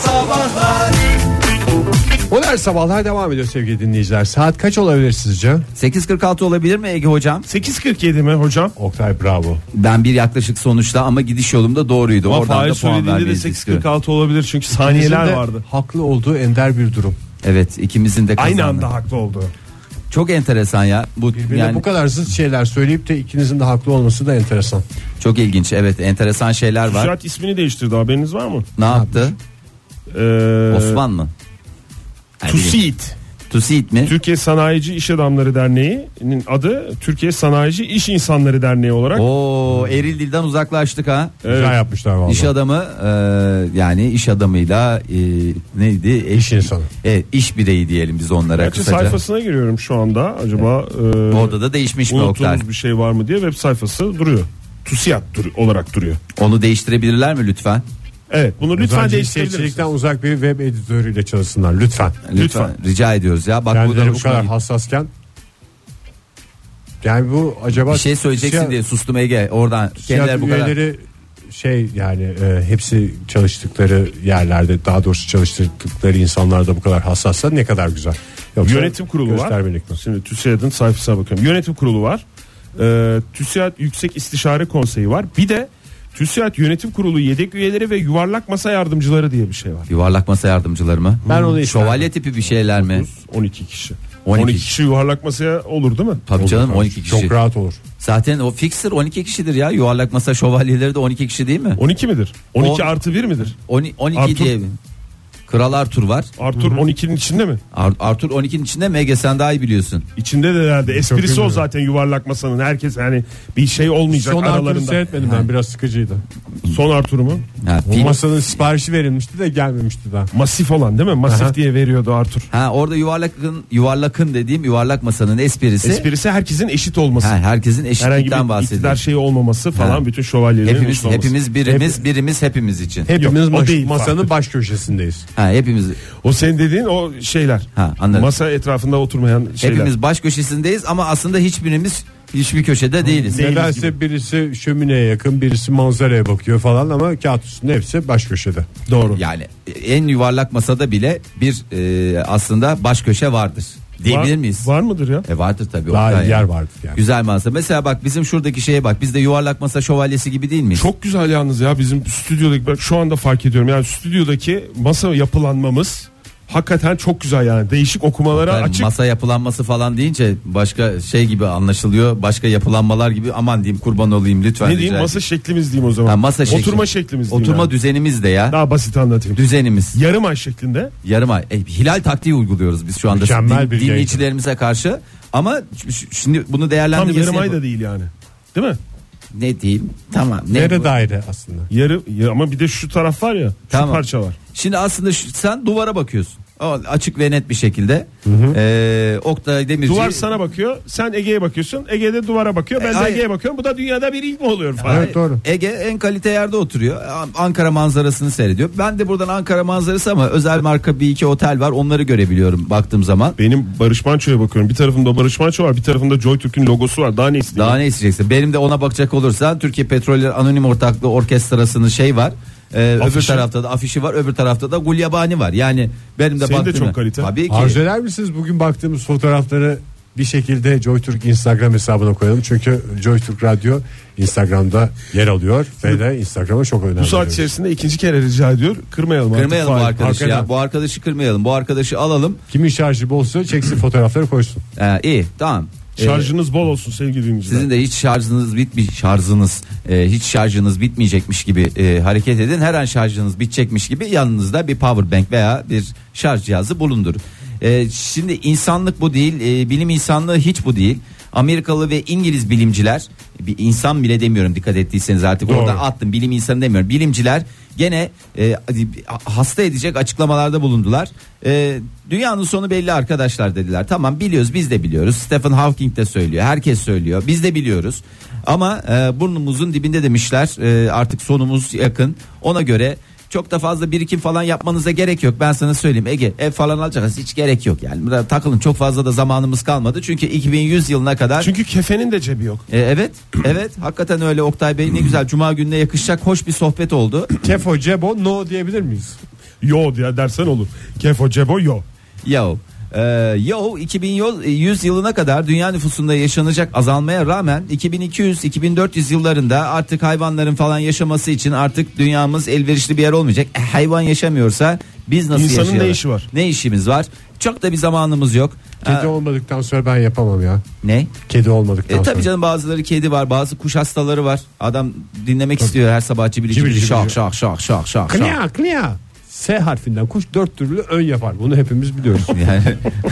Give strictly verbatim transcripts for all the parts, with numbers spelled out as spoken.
Sabahlar. Modern Sabahlar devam ediyor sevgili dinleyiciler. Saat kaç olabilir sizce? sekiz kırk altı olabilir mi Ege hocam? sekiz kırk yedi mi hocam? Oktay bravo. Ben bir yaklaşık sonuçta ama gidiş yolumda doğruydu. Ama Oradan Fahir da puan söylediğinde de vermeyiz. sekiz kırk altı olabilir çünkü saniyeler İkimizin de vardı. haklı olduğu ender bir durum. Evet, ikimizin de kazandı. Aynı anda haklı oldu. Çok enteresan ya. Bu Birbirine yani bu kadar zıt şeyler söyleyip de ikinizin de haklı olması da enteresan. çok ilginç. Evet, enteresan şeyler var. Ziraat ismini değiştirdi, haberiniz var mı? Ne yaptı? Ee, Osman mı? TÜSİAD. TÜSİAD mi? Türkiye Sanayici İş Adamları Derneği'nin adı Türkiye Sanayici İş İnsanları Derneği olarak. Oo, eril dilden uzaklaştık ha. Evet. Güzel yapmışlar vallahi. İş adamı e, yani iş adamıyla e, neydi? İş insanı. Evet, iş bireyi diyelim biz onlara Gerçi kısaca. sayfasına giriyorum şu anda. Acaba e, Orada da değişmiş mi Oktay? unuttuğumuz bir şey var mı diye web sayfası duruyor. TÜSİAD dur- olarak duruyor. Onu değiştirebilirler mi lütfen? Evet, bunu lütfen Lütfen değiştirebilir cinsiyetçilikten misiniz? uzak bir web editörüyle çalışsınlar lütfen. Lütfen. Lütfen. Rica ediyoruz ya. Bak Kendileri burada bu kadar hassasken. Yani bu acaba bir şey söyleyeceksin siyah- diye sustum Ege. Oradan kendileri siyah bu kadar. üyeleri şey yani e, hepsi çalıştıkları yerlerde, daha doğrusu çalıştırdıkları insanlarda bu kadar hassassa ne kadar güzel. Yoksa Yönetim kurulu var. göstermelik mi? Şimdi TÜSİAD'ın sayfasına bakıyorum. Yönetim kurulu var. Ee, TÜSİAD Yüksek İstişare Konseyi var. Bir de TÜSİAD Yönetim Kurulu yedek üyeleri ve yuvarlak masa yardımcıları diye bir şey var. Yuvarlak masa yardımcıları mı? Ben onu isterdim. Şövalye tipi bir şeyler mi? on iki kişi. on iki on iki kişi yuvarlak masaya olur değil mi? Tabii canım, on iki kişi. Çok rahat olur. Zaten o fixer on iki kişidir ya. Yuvarlak masa şövalyeleri de on iki kişi değil mi? on iki midir? on iki On- artı bir midir? on, on iki Arthur- diye. Kral Arthur var. Arthur on ikinin içinde mi? Ar- Arthur on ikinin içinde mi Ege, sen daha iyi biliyorsun. İçinde de herhalde. Esprisi o bilmiyorum. zaten yuvarlak masanın. Herkes yani bir şey olmayacak Son Arthur'u aralarında. seyretmedim ben, biraz sıkıcıydı. Son Arthur'u mu? Ha, O film- masanın siparişi verilmişti de gelmemişti daha. Masif olan değil mi? Masif Aha. diye veriyordu Arthur. ha orada yuvarlakın yuvarlakın dediğim yuvarlak masanın esprisi. Esprisi herkesin eşit olması. Ha, herkesin Herhangi eşitlikten bir iktidar bahsediyor. şeyi olmaması falan, Ha. bütün şövalyelerin Hepimiz eşit olması. hepimiz birimiz birimiz hepimiz için. Hepimiz Yok, o mas- değil, masanın farklı. baş köşesindeyiz. Ha, hepimiz O senin dediğin o şeyler. Ha, anladım. Masa etrafında oturmayan şeyler. hepimiz baş köşesindeyiz ama aslında hiçbirimiz hiçbir köşede değiliz. Değiliz Nedense gibi. birisi şömineye yakın, birisi manzaraya bakıyor falan ama kağıt üstünde hepsi baş köşede. Doğru. Yani en yuvarlak masada bile bir e, aslında baş köşe vardır. Diyebilir Var- miyiz? Var mıdır ya? E vardır tabii. Daha Oktay yer yani. vardır yani. Güzel masa. Mesela bak bizim şuradaki şeye bak. Biz de yuvarlak masa şövalyesi gibi değil miyiz? Çok güzel yalnız ya, bizim stüdyodaki, bak şu anda fark ediyorum. Yani stüdyodaki masa yapılanmamız hakikaten çok güzel yani. Değişik okumalara Yani açık. masa yapılanması falan deyince başka şey gibi anlaşılıyor. Başka yapılanmalar gibi, aman diyeyim, kurban olayım lütfen. Ne rica diyeyim, ederim. masa şeklimiz diyeyim o zaman. Ha, masa şekli. Oturma şeklimiz diyeyim. Oturma yani. düzenimiz de ya. Daha basit anlatayım. Düzenimiz. Yarım ay şeklinde. Yarım ay. E, hilal taktiği uyguluyoruz biz şu anda Mükemmel din- bir dinleyicilerimize karşı. Ama ş- ş- şimdi bunu Tam değerlendirmesi yarım ay yap- da değil yani. Değil mi? Ne diyeyim? Tamam. Ne Nere bu? daire aslında. Yarı ya, ama bir de şu taraf var ya. Tamam. Şu parça var. Şimdi aslında şu- sen duvara bakıyorsun. O, açık ve net bir şekilde. Ee, Oktay Demirci. Duvar sana bakıyor. Sen Ege'ye bakıyorsun. Ege de duvara bakıyor. Ben E, de hayır. Ege'ye bakıyorum. Bu da dünyada bir ilk mi oluyor falan. Evet, doğru. Ege en kalite yerde oturuyor. Ankara manzarasını seyrediyor. Ben de buradan Ankara manzarası ama özel marka bir iki otel var. Onları görebiliyorum baktığım zaman. Benim Barış Manço'ya bakıyorum. Bir tarafımda Barış Manço var. Bir tarafımda JoyTürk'ün logosu var. Daha ne isteyeyim? Daha ne isteyeceksin? Benim de ona bakacak olursan Türkiye Petroller Anonim Ortaklığı Orkestrası'nın şey var. Ee, öbür Afişi. tarafta da afişi var, öbür tarafta da Gulyabani var. Yani benim de Senin de baktığım. çok kalite. Tabii ki. Arzu eder misiniz bugün baktığımız fotoğrafları bir şekilde JoyTürk Instagram hesabına koyalım? Çünkü JoyTürk Radyo Instagram'da yer alıyor ve de Instagram'a çok önemli. Bu saat veriyoruz. içerisinde ikinci kere rica ediyor. Kırmayalım. artık. Kırmayalım bu Fahir. arkadaşı ya. hakikaten. Bu arkadaşı kırmayalım. Bu arkadaşı alalım. Kimin şarjı bolsa çeksin fotoğrafları koysun. Ee, iyi, tamam. Ee, Şarjınız bol olsun sevgili dinleyiciler. Sizin de hiç şarjınız bitmiş, şarjınız e, hiç şarjınız bitmeyecekmiş gibi e, hareket edin. Her an şarjınız bitecekmiş gibi yanınızda bir power bank veya bir şarj cihazı bulundurun. E, şimdi insanlık bu değil, e, bilim insanlığı hiç bu değil. Amerikalı ve İngiliz bilimciler, bir insan bile demiyorum dikkat ettiyseniz artık Doğru. orada attım, bilim insanı demiyorum. Bilimciler gene e, hasta edecek açıklamalarda bulundular. E, dünyanın sonu belli arkadaşlar dediler. Tamam, biliyoruz, biz de biliyoruz. Stephen Hawking de söylüyor, herkes söylüyor, biz de biliyoruz. Ama e, burnumuzun dibinde demişler, e, artık sonumuz yakın. Ona göre çok da fazla birikim falan yapmanıza gerek yok. Ben sana söyleyeyim Ege, ev falan alacaksınız, hiç gerek yok yani. Burada takılın, çok fazla da zamanımız kalmadı. Çünkü iki bin yüz yılına kadar. Çünkü kefenin de cebi yok. E, evet evet hakikaten öyle Oktay Bey, ne güzel cuma gününe yakışacak hoş bir sohbet oldu. Kefo, cebo, no diyebilir miyiz? yo diye dersen olur. Kefo cebo yo. Yo. Ee, yo iki bin yüz yılına kadar dünya nüfusunda yaşanacak azalmaya rağmen iki bin iki yüz iki bin dört yüz yıllarında artık hayvanların falan yaşaması için artık dünyamız elverişli bir yer olmayacak. E, hayvan yaşamıyorsa biz nasıl İnsanın yaşayalım? ne işi var? Ne işimiz var? Çok da bir zamanımız yok. Kedi Ee, olmadıktan sonra ben yapamam ya. ne? Kedi olmadıktan E sonra. tabii canım, bazıları kedi var, bazı kuş hastaları var. Adam dinlemek tabii. istiyor her sabah cibili Cibili cibili cibili. şak şak şak şak şak. Knya knya. S harfinden kuş dört türlü ön yapar. Bunu hepimiz biliyoruz. Yani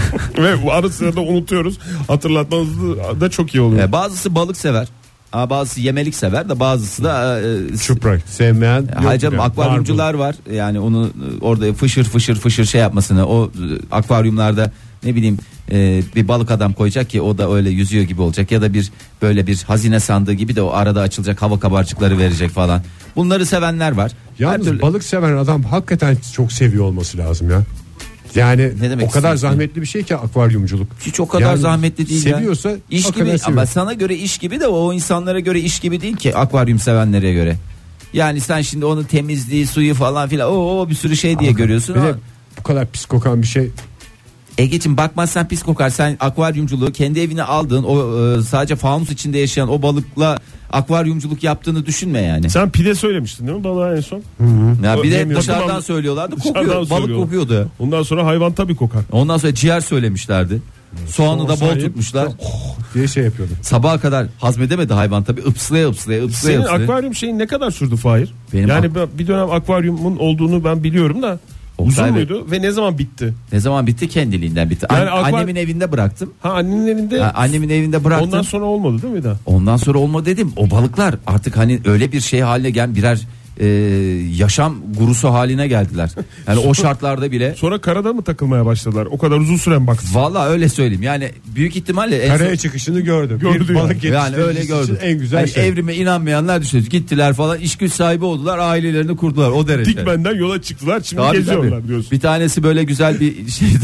Ve ara sıra da unutuyoruz. Hatırlatmanız da çok iyi oluyor. e, bazısı balık sever. Ama bazısı yemelik sever de bazısı da e, Çuprak sevmeyen yok. hayır canım, yani. akvaryumcular var. Yani onu e, orada fışır fışır fışır şey yapmasını, o e, akvaryumlarda ne bileyim e, bir balık adam koyacak ki o da öyle yüzüyor gibi olacak, ya da bir böyle bir hazine sandığı gibi de o arada açılacak, hava kabarcıkları verecek falan. Bunları sevenler var. Yalnız Her türlü- balık seven adam hakikaten çok seviyor olması lazım ya. Yani Ne demek o kadar istiyorsun? zahmetli bir şey ki akvaryumculuk. Hiç o kadar Yani zahmetli değil seviyorsa ya. İş hakikaten gibi seviyor. ama sana göre iş gibi de o insanlara göre iş gibi değil ki, akvaryum sevenlere göre. Yani sen şimdi onun temizliği, suyu falan filan o, o bir sürü şey diye Hakikaten. görüyorsun. Bir de Ama bu kadar pis kokan bir şey. Ege'cim bakmazsan pis kokar. Sen akvaryumculuğu kendi evine aldığın o e, sadece fanus içinde yaşayan o balıkla akvaryumculuk yaptığını düşünme yani. Sen pide söylemiştin değil mi balığa en son? Ya bir de Yemiyor. dışarıdan Bakımdan- söylüyorlardı, Dışarıdan kokuyor. Balık söylüyorlar. kokuyordu. Ondan sonra hayvan tabii kokar. Ondan sonra ciğer söylemişlerdi. Soğanı da bol Sahip, tutmuşlar. diye şey yapıyordu. Sabaha kadar hazmedemedi hayvan tabii, ıpslaya ıpslaya ıpslaya Senin ıpslaya. akvaryum şeyin ne kadar sürdü Fahir? Benim yani ak- ben- bir dönem akvaryumun olduğunu ben biliyorum da Oktay uzun Bey. muydu ve ne zaman bitti? Ne zaman bitti? Kendiliğinden bitti. Yani An- akvar- Annemin evinde bıraktım. Ha annenin evinde. Ha, annemin evinde bıraktım. Ondan sonra olmadı değil mi daha? Ondan sonra olma dedim. O balıklar artık hani öyle bir şey haline gel, birer e, yaşam gurusu haline geldiler. Yani o şartlarda bile. Sonra karada mı takılmaya başladılar? O kadar uzun süren bak. Vallahi öyle söyleyeyim. Yani büyük ihtimalle en Karaya son- çıkışını gördüm. Gördü bir balık yani. yani öyle yetiştiricisi için gördüm. en güzel Yani şey. Evrime inanmayanlar düşünün. Gittiler falan, iş güç sahibi oldular, ailelerini kurdular o derece. Dikmen'den yola çıktılar, şimdi Tabii, geziyorlar tabii. diyorsun. Bir tanesi böyle güzel bir şeydi.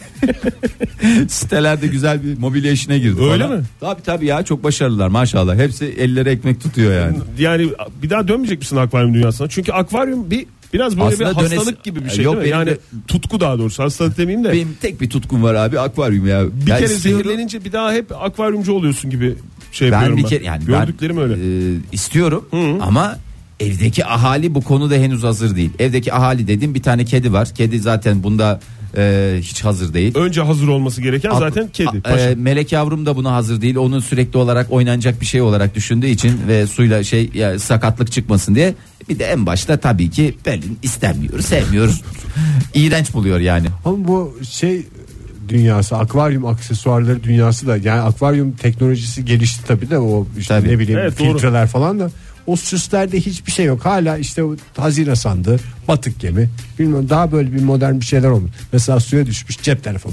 Sitelerde güzel bir mobilya işine girdi. Öyle falan. mi? Tabii tabii ya, çok başarılılar maşallah. Hepsi elleri ekmek tutuyor yani. Yani bir daha dönmeyecek misin akvaryum dünyasına? Çünkü akvaryum bir biraz böyle Aslında bir dönesi- hastalık gibi bir şey Yok, değil mi? benim Yani de- tutku, daha doğrusu hastalık demeyeyim de. Benim tek bir tutkum var abi, akvaryum ya. bir Yani kere istiyorum- zehirlenince bir daha hep akvaryumcu oluyorsun gibi şey ben yapıyorum bir ben. kere yani Gördüklerim ben, öyle. e, istiyorum ama evdeki ahali bu konuda henüz hazır değil. Evdeki ahali dediğim, bir tane kedi var. Kedi zaten bunda e, hiç hazır değil. Önce hazır olması gereken Ak- zaten kedi. a- paşa. e, melek yavrum da buna hazır değil. Onun sürekli olarak oynanacak bir şey olarak düşündüğü için ve suyla şey ya, sakatlık çıkmasın diye. Bir de en başta tabii ki Pelin istemiyoruz, sevmiyoruz. İğrenç buluyor yani. Ama bu şey dünyası, akvaryum aksesuarları dünyası da, yani akvaryum teknolojisi gelişti tabii de, o işte Tabii. ne bileyim Evet, doğru. filtreler falan da, o süslerde hiçbir şey yok. Hala işte o hazine sandığı, batık gemi, bilmiyorum, daha böyle bir modern bir şeyler olmuş. Mesela suya düşmüş cep telefonu.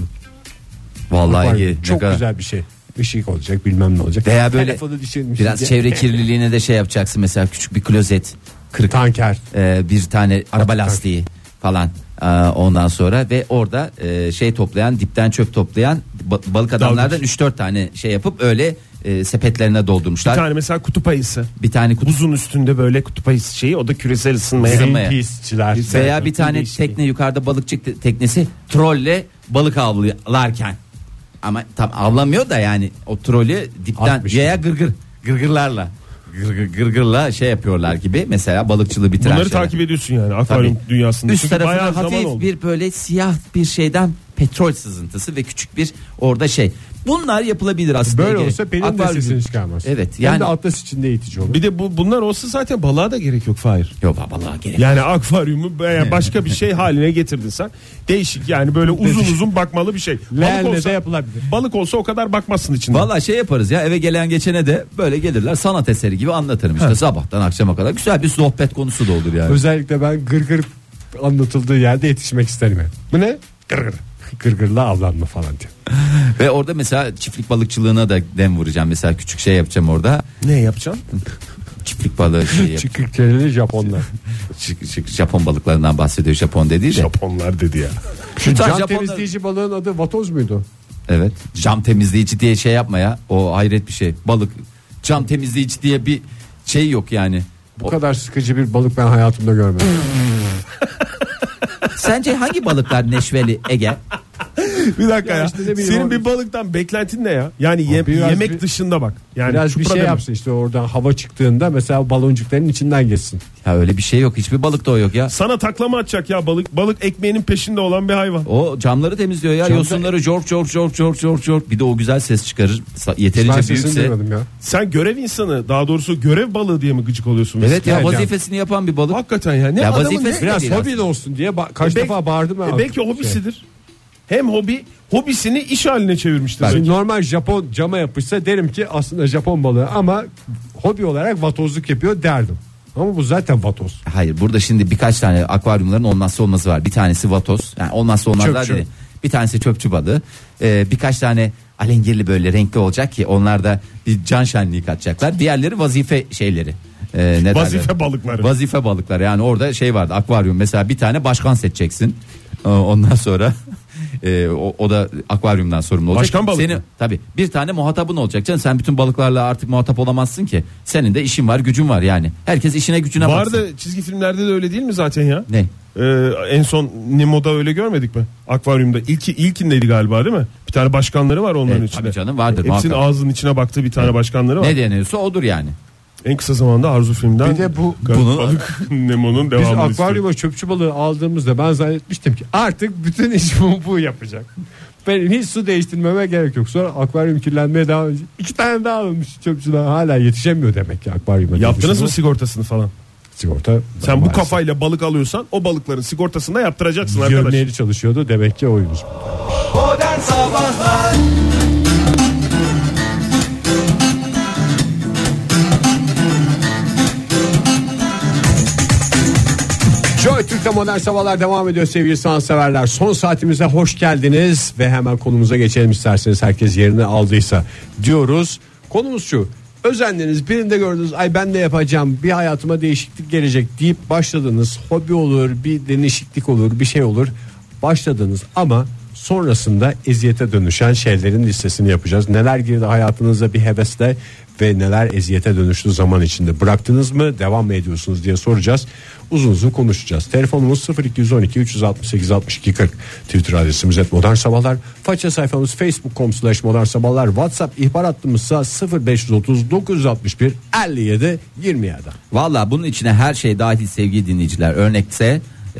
Vallahi Akvaryum iyi, ne çok kadar- güzel bir şey. Işık olacak, bilmem ne olacak. Veya böyle Telefonu düşürmüş biraz diye. çevre kirliliğine de şey yapacaksın, mesela küçük bir klozet, kırık Tanker. e, bir tane araba Tanker. lastiği falan. E, ondan sonra ve orada e, şey toplayan, dipten çöp toplayan ba- balık adamlardan Dalgıç. üç dört tane şey yapıp öyle e, sepetlerine Bir doldurmuşlar. tane mesela kutup ayısı. Bir tane kutu Buzun üstünde böyle kutup ayısı şeyi, o da küresel ısınmaya. Isınmaya. Greenpeace'çiler. veya bir tane değişik. tekne, yukarıda balıkçı te- teknesi trolle balık avlarken, ama tam avlamıyor da yani o trolü dipten Atmış. veya gırgır gırgırlarla gırgır, gırgırla şey yapıyorlar gibi, mesela balıkçılığı bitiren Bunları şeyler. takip ediyorsun yani akvaryum Tabii. dünyasında. Üst Çünkü bayağı tarafına zaman hafif oldu. bir böyle siyah bir şeyden petrol sızıntısı ve küçük bir orada şey. Bunlar yapılabilir aslında. Böyle Ege. olsa benim de Akvaryum- sesini çıkarmaz. Evet, Yani yani- hem de atlas içinde eğitici olur. Bir de bu bunlar olsa zaten balığa da gerek yok Fahir. Yok balığa gerek. Yani akvaryumu veya başka bir şey haline getirdin sen. Değişik yani, böyle uzun uzun bakmalı bir şey. Balık Leğenle olsa, de yapılabilir. balık olsa o kadar bakmazsın içinde. Vallahi şey yaparız ya, eve gelen geçene de böyle gelirler, sanat eseri gibi anlatırım işte, sabahtan akşama kadar güzel bir sohbet konusu da olur yani. Özellikle ben gırgır anlatıldığı yerde yetişmek isterim yani. Bu ne? Gırgır. Gırgırla avlanma falan diye. Ve orada mesela çiftlik balıkçılığına da dem vuracağım, mesela küçük şey yapacağım orada, Ne yapacaksın? çiftlik balığı şey yap. Çıkık keleli Japonlar. Çık- çık- Japon balıklarından bahsediyor, Japon dediği de. Japonlar dedi ya. Şu tarz Can Japonlar- temizleyici balığın adı vatoz muydu? Evet. Cam temizleyici diye şey yapma ya. O hayret bir şey. Balık cam temizleyici diye bir şey yok yani. Bu kadar sıkıcı bir balık ben hayatımda görmedim. Sence hangi balıklar neşveli Ege? Bir dakika ya. Ya işte ne bileyim, Senin o- bir balıktan beklentin ne ya? Yani ye- biraz yemek bir- dışında bak. Yani Biraz bir çupra şey deme. yapsın işte, oradan hava çıktığında mesela baloncukların içinden geçsin. Ya öyle bir şey yok. Hiçbir balıkta o yok ya. Sana taklama atacak ya balık. Balık ekmeğinin peşinde olan bir hayvan. O camları temizliyor ya. Camda- Yosunları jork jork jork jork jork jork. Bir de o güzel ses çıkarır. Sa- Ben Yeterince sesini büyükse. duymadım ya. Sen görev insanı, daha doğrusu görev balığı diye mi gıcık oluyorsun? Evet ya, Evet, vazifesini yapan bir balık. Hakikaten ya. Ne Ya adamın vazifesi- ne? Biraz değil hobi de olsun diye ba- kaç E belki- defa bağırdım ben. E belki hobisidir. Hem hobi, hobisini iş haline çevirmiştir. Şimdi belki. normal Japon cama yapışsa derim ki aslında Japon balığı, ama hobi olarak vatozluk yapıyor derdim. Ama bu zaten vatoz. Hayır, burada şimdi birkaç tane akvaryumların olmazsa olmazı var. Bir tanesi vatoz. Yani olmazsa olmazlar Çöpçü. değil. Bir tanesi çöpçü balığı. Ee, birkaç tane alengirli böyle renkli olacak ki onlar da bir can şenliği katacaklar. Diğerleri vazife şeyleri. Ee, ne Vazife derler? balıkları. Vazife balıkları. Yani orada şey vardı, akvaryum mesela, bir tane başkan seçeceksin. Ee, Ondan sonra e, o, o da akvaryumdan sorumlu olacak. Başkan balık Senin mı? tabii bir tane muhatabın olacak canım. Sen bütün balıklarla artık muhatap olamazsın ki. Senin de işin var, gücün var yani. Herkes işine gücüne baksın. Vardı çizgi filmlerde de öyle değil mi zaten ya? Ne? Ee, en son Nemo'da öyle görmedik mi? Akvaryumda. İlki, ilkindeydi galiba değil mi? Bir tane başkanları var onların Evet, içinde. tabii canım, vardır Hepsinin muhakkak. ağzının içine baktığı bir tane başkanları var. Ne deniyorsa odur yani. En kısa zamanda Arzu filmden Bir de bu- Garip bunu- Balık Nemo'nun Biz devamını istiyoruz. akvaryuma çöpçü balığı aldığımızda ben zannetmiştim ki artık bütün iş bu, bu yapacak. Benim hiç su değiştirmeme gerek yok. Sonra akvaryum kirlenmeye devam edecek. İki tane daha alınmış çöpçüden, hala yetişemiyor demek ki akvaryuma. Yaptınız mı Düşünün. sigortasını falan? Sigorta? Sen bu maalesef. kafayla balık alıyorsan o balıkların sigortasını da yaptıracaksın arkadaş. Gömleği çalışıyordu demek ki oymuş. Modern Sabahlar. Joy Türk'te Modern Sabahlar devam ediyor sevgili sanatseverler. Son saatimize hoş geldiniz ve hemen konumuza geçelim isterseniz, herkes yerini aldıysa diyoruz. Konumuz şu: özendiniz, birinde gördünüz, ay ben de yapacağım, bir hayatıma değişiklik gelecek deyip başladınız. Hobi olur, bir değişiklik olur, bir şey olur, başladınız ama sonrasında eziyete dönüşen şeylerin listesini yapacağız. Neler girdi hayatınıza bir hevesle ve neler eziyete dönüştü zaman içinde, bıraktınız mı, devam mı ediyorsunuz diye soracağız. Uzun uzun konuşacağız. Telefonumuz sıfır iki on iki üç altı sekiz altmış iki kırk. Twitter adresimiz et Modern Sabahlar. Faça sayfamız facebook nokta com slash modern sabahlar. WhatsApp ihbar hattımızsa sıfır beş otuz dokuz altmış bir elli yedi yirmi yedi. Valla bunun içine her şey dahil sevgili dinleyiciler. Örnekse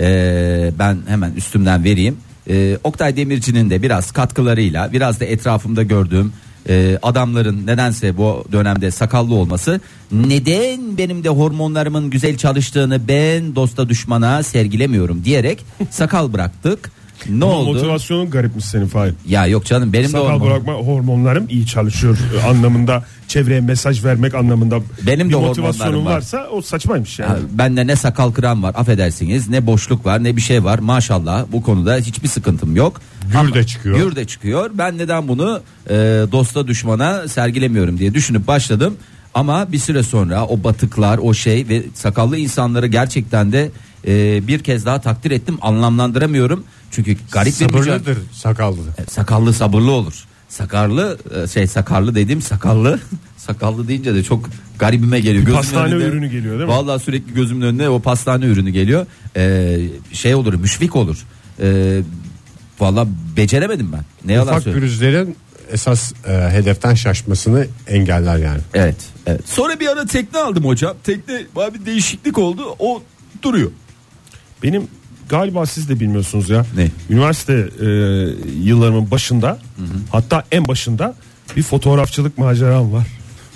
e, ben hemen üstümden vereyim. E, Oktay Demirci'nin de biraz katkılarıyla, biraz da etrafımda gördüğüm e, adamların nedense bu dönemde sakallı olması, neden benim de hormonlarımın güzel çalıştığını ben dosta düşmana sergilemiyorum diyerek sakal bıraktık. Ne Ama oldu? motivasyonun garipmiş senin Fahir. Ya yok canım, benim de Sakal hormon. bırakma, hormonlarım iyi çalışıyor anlamında, çevreye mesaj vermek anlamında Benim bir de motivasyonun hormonlarım var. varsa o saçmaymış yani. Ya, bende ne sakal kıran var affedersiniz, ne boşluk var, ne bir şey var, maşallah bu konuda hiçbir sıkıntım yok. Gür Ama- de çıkıyor. Gür de çıkıyor. Ben neden bunu e, dosta düşmana sergilemiyorum diye düşünüp başladım. Ama bir süre sonra o batıklar, o şey ve sakallı insanları gerçekten de e, bir kez daha takdir ettim, anlamlandıramıyorum. Çünkü garip bir mücadele. Sabırlıdır sakallı. E, Sakallı sabırlı olur. Sakarlı e, şey sakarlı dediğim sakallı. Sakallı deyince de çok garibime geliyor. Bir Gözümün pastane önünde- ürünü geliyor değil mi? Vallahi sürekli gözümün önüne o pastane ürünü geliyor. Ee, şey olur, müşfik olur. Ee, vallahi beceremedim ben. Ne yalan Ufak söyleyeyim. pürüzlerin esas e, hedeften şaşmasını engeller yani. Evet, evet. Sonra bir ara tekne aldım hocam. Tekne bir değişiklik oldu. O duruyor. Benim galiba siz de bilmiyorsunuz ya. Ne? Üniversite e, yıllarımın başında, hatta en başında bir fotoğrafçılık maceram var.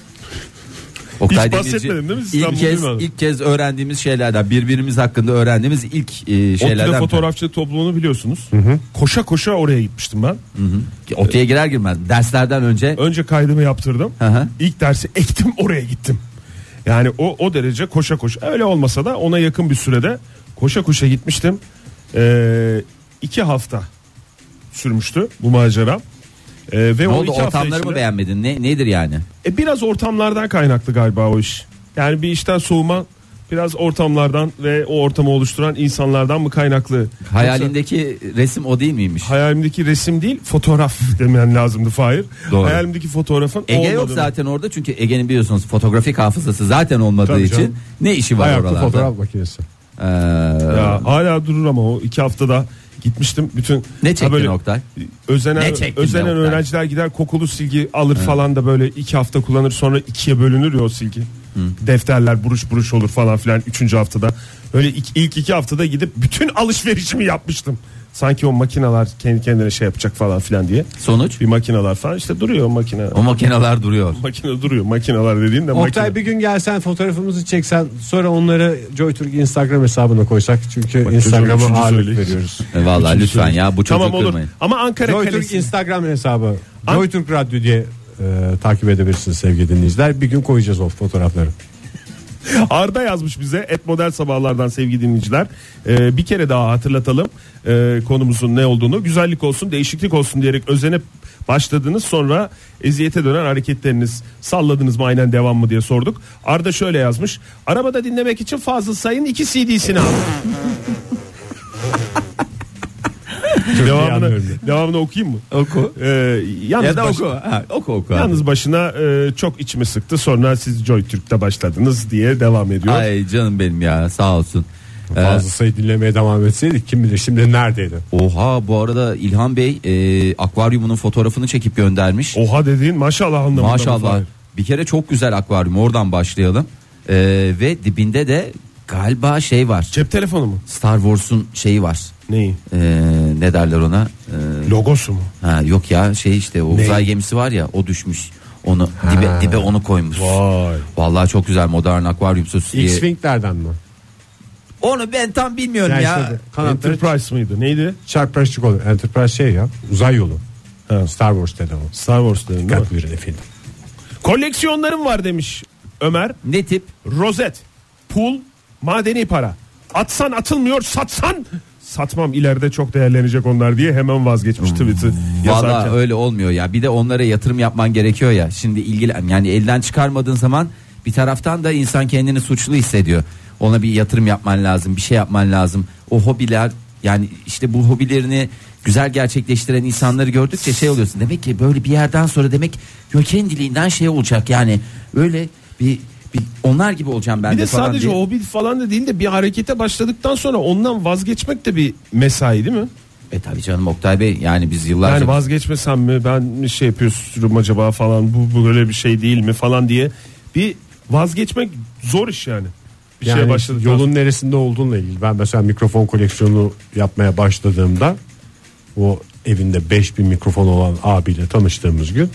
Oktay Hiç Demirci, bahsetmedim değil mi? Sizden ilk bunu kez, duymadım. ilk kez öğrendiğimiz şeylerden, birbirimiz hakkında öğrendiğimiz ilk e, ODTÜ'de şeylerden. fotoğrafçılık topluluğunu biliyorsunuz. Koşa koşa oraya gitmiştim ben. ODTÜ'ye girer girmez derslerden önce. Önce kaydımı yaptırdım. Hı hı. İlk dersi ektim, oraya gittim. Yani o o derece koşa koşa. Öyle olmasa da ona yakın bir sürede koşa koşa gitmiştim. Ee, iki hafta sürmüştü bu macera. Ee, ve Ne o oldu, iki hafta ortamları mı içinde- beğenmedin? Ne nedir yani? E, biraz ortamlardan kaynaklı galiba o iş. Yani bir işten soğuma biraz ortamlardan ve o ortamı oluşturan insanlardan mı kaynaklı? Hayalindeki resim o değil miymiş? Yoksa hayalimdeki resim değil, fotoğraf demen lazımdı Fahir. Doğru. Hayalimdeki fotoğrafın Ege yok olmadığını- zaten orada, çünkü Ege'nin biliyorsunuz fotoğrafik hafızası zaten olmadığı Tabii için canım. ne işi var Ayaklı oralarda? fotoğraf makinesi. Ee, Ya hala durur ama o iki haftada gitmiştim bütün. Ne çektin ha böyle Oktay? Özenen, Ne çektin özenen be Oktay? öğrenciler gider kokulu silgi alır falan da böyle iki hafta kullanır, sonra ikiye bölünür ya o silgi. Hı. Defterler buruş buruş olur falan filan üçüncü haftada. Öyle ilk, ilk iki haftada gidip bütün alışverişimi yapmıştım. Sanki o makineler kendi kendine şey yapacak falan filan diye. Sonuç? Bir makineler falan işte duruyor o makine. O makineler duruyor. Makine duruyor. Makineler dediğin de Oktay makine. bir gün gelsen fotoğrafımızı çeksen sonra onları JoyTürk Instagram hesabına koysak çünkü Bak, Instagram'a üçüncü ağırlık söyleyiş. veriyoruz. E, vallahi Üçüncü lütfen söyleyiş. ya bu çocuğu Tamam olur. kırmayın. Ama Ankara JoyTürk Kalesi. Instagram hesabı An- JoyTürk Radyo diye e, takip edebilirsiniz sevgili dinleyiciler. Bir gün koyacağız o fotoğrafları. Arda yazmış bize et model sabahlardan sevgili dinleyiciler. Ee, bir kere daha hatırlatalım ee, konumuzun ne olduğunu. Güzellik olsun, değişiklik olsun diyerek özenip başladınız, sonra eziyete dönen hareketleriniz, salladınız mı aynen devam mı diye sorduk. Arda şöyle yazmış: arabada dinlemek için Fazıl Say'ın iki C D'sini aldım. devamını, devamını okuyayım mı? Oku. Ee, yalnız Ya da baş- oku. Ha, oku oku. Yalnız başına e, çok içimi sıktı, sonra siz JoyTürk'te başladınız diye devam ediyor. Ay canım benim ya, sağ olsun. Fazla sayı dinlemeye devam etseydik kim bilir şimdi neredeydi? Oha, bu arada İlhan Bey e, akvaryumunun fotoğrafını çekip göndermiş. Oha dediğin maşallah anlamında. Maşallah. Bir kere çok güzel akvaryum, oradan başlayalım. E, ve dibinde de galiba şey var. Cep telefonu mu? Star Wars'un şeyi var. Neyi? E, ne derler ona? E, Logosu mu? ha, yok ya, şey işte o Ne? uzay gemisi var ya, o düşmüş. Onu dibe dibe onu koymuş. Vay. Vallahi çok güzel, modern akvaryum sosu diye. X-Wing'lerden mi? Onu ben tam bilmiyorum Yani ya. işte kanatları Enterprise mıydı? Neydi? çarpışık olur. Enterprise şey ya, uzay yolu. Ha. Star Wars dedi o. Star Wars dedim değil mi? Dikkat buyurun efendim. Koleksiyonlarım var demiş Ömer. Ne tip? Rozet, pul, madeni para. Atsan atılmıyor, satsan satmam, ileride çok değerlenecek onlar diye hemen vazgeçmiş tweet'i yazarken. Vallahi öyle olmuyor ya. Bir de onlara yatırım yapman gerekiyor ya. Şimdi ilgilen, yani elden çıkarmadığın zaman bir taraftan da insan kendini suçlu hissediyor. Ona bir yatırım yapman lazım, bir şey yapman lazım. O hobiler, yani işte bu hobilerini güzel gerçekleştiren insanları gördükçe şey oluyorsun. Demek ki böyle bir yerden sonra demek ki kendiliğinden şey olacak yani. Öyle bir, bir onlar gibi olacağım ben Bir de, de falan sadece diye. hobi falan da değil de bir harekete başladıktan sonra ondan vazgeçmek de bir mesai değil mi? E tabii canım Oktay Bey, yani biz yıllarca Yani vazgeçmesem mi, ben mi şey yapıyorum acaba falan, bu, bu böyle bir şey değil mi falan diye bir vazgeçmek zor iş yani. Bir şeye Yani başladık. yolun neresinde olduğunla ilgili. Ben mesela mikrofon koleksiyonu yapmaya başladığımda o evinde beş bin mikrofon olan abiyle tanıştığımız gün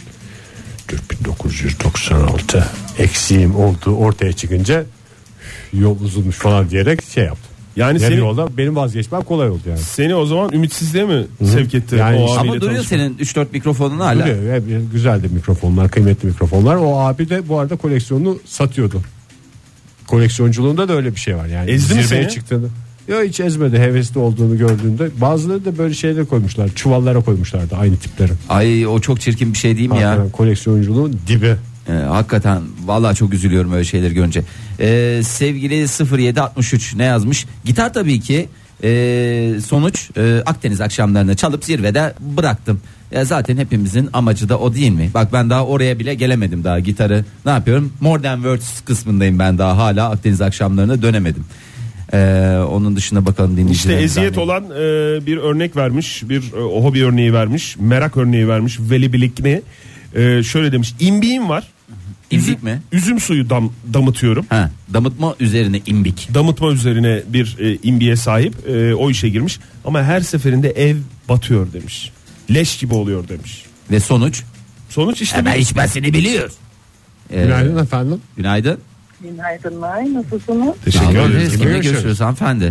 bin dokuz yüz doksan altı eksiğim olduğu ortaya çıkınca yol uzunmuş falan diyerek şey yaptım. Yani Yani seni, yolda benim vazgeçmem kolay oldu yani. seni o zaman ümitsizliğe mi sevk etti? Yani o işte- ama abiyle duruyor tanışmak? senin üç dört mikrofonun hala. Duruyor. Hep güzel de mikrofonlar, kıymetli mikrofonlar. O abi de bu arada koleksiyonunu satıyordu. Koleksiyonculuğunda da öyle bir şey var yani. Ezdi mi Zirveye seni? çıktığında. Yok, hiç ezmedi, hevesli olduğunu gördüğünde. Bazıları da böyle şeyler koymuşlar, çuvallara koymuşlardı aynı tipleri. Ay o çok çirkin bir şey değil mi ya? Hakikaten koleksiyonculuğun dibi. Ee, hakikaten vallahi çok üzülüyorum öyle şeyleri görünce. Ee, sevgili sıfır yedi altmış üç ne yazmış? Gitar tabii ki. Ee, sonuç e, Akdeniz akşamlarını çalıp zirvede bıraktım. Ya zaten hepimizin amacı da o değil mi? Bak ben daha oraya bile gelemedim, daha gitarı ne yapıyorum? Modern Words kısmındayım ben, daha hala Akdeniz akşamlarına dönemedim. Ee, onun dışında bakalım İşte dinleyicilerimizden. eziyet olan e, bir örnek vermiş, bir e, o hobi örneği vermiş, merak örneği vermiş. Veli Bilikli e, şöyle demiş: imbiğim var. İmbik mi? Üzüm suyu dam, damıtıyorum. Ha, damıtma üzerine imbik. Damıtma üzerine bir e, imbiğe sahip, e, o işe girmiş. Ama her seferinde ev batıyor demiş. Leş gibi oluyor demiş. Ve sonuç? Sonuç işte Hemen bu. içmesini biliyor. Ee, Günaydın efendim. Günaydın. Günaydınlar, nasılsınız? Teşekkür Sağ olun. ederiz. Kimle Görüşürüz. görüşüyoruz hanımefendi?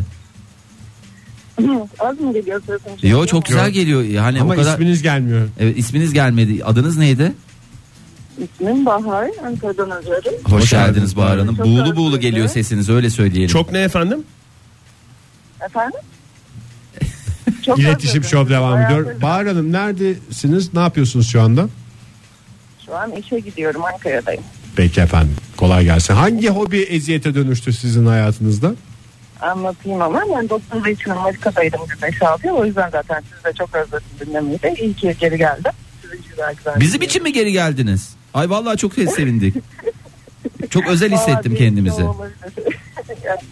Az mı geliyor sesim? Yo çok güzel geliyor. Yani Ama o kadar. isminiz gelmiyor. Evet, isminiz gelmedi. Adınız neydi? İsmim Bahar, Ankara'dan arıyorum. Hoş, Hoş geldiniz geldiniz Bahar Bahar. Hanım. Çok Buğulu özür buğulu dilerim. geliyor sesiniz, öyle söyleyelim. Çok ne efendim? Efendim? Çok İletişim özür Show dilerim. devam Bayağı ediyor. özür- Bahar Hanım neredesiniz? Ne yapıyorsunuz şu anda? Şu an işe gidiyorum, Ankara'dayım. Peki efendim. Kolay gelsin. Hangi hobi eziyete dönüştü sizin hayatınızda? Anlatayım ama ben doktorluğu için Amerika'daydım bir beş altı yıl. O yüzden zaten siz de çok özledim dinlemeyi de. İyi ki geri geldim. Sizin güzel güzel. Bizim için mi geri geldiniz? Ay vallahi çok sevindik. Çok özel hissettim Vallahi kendimizi. bir şey olabilir. Gerçekten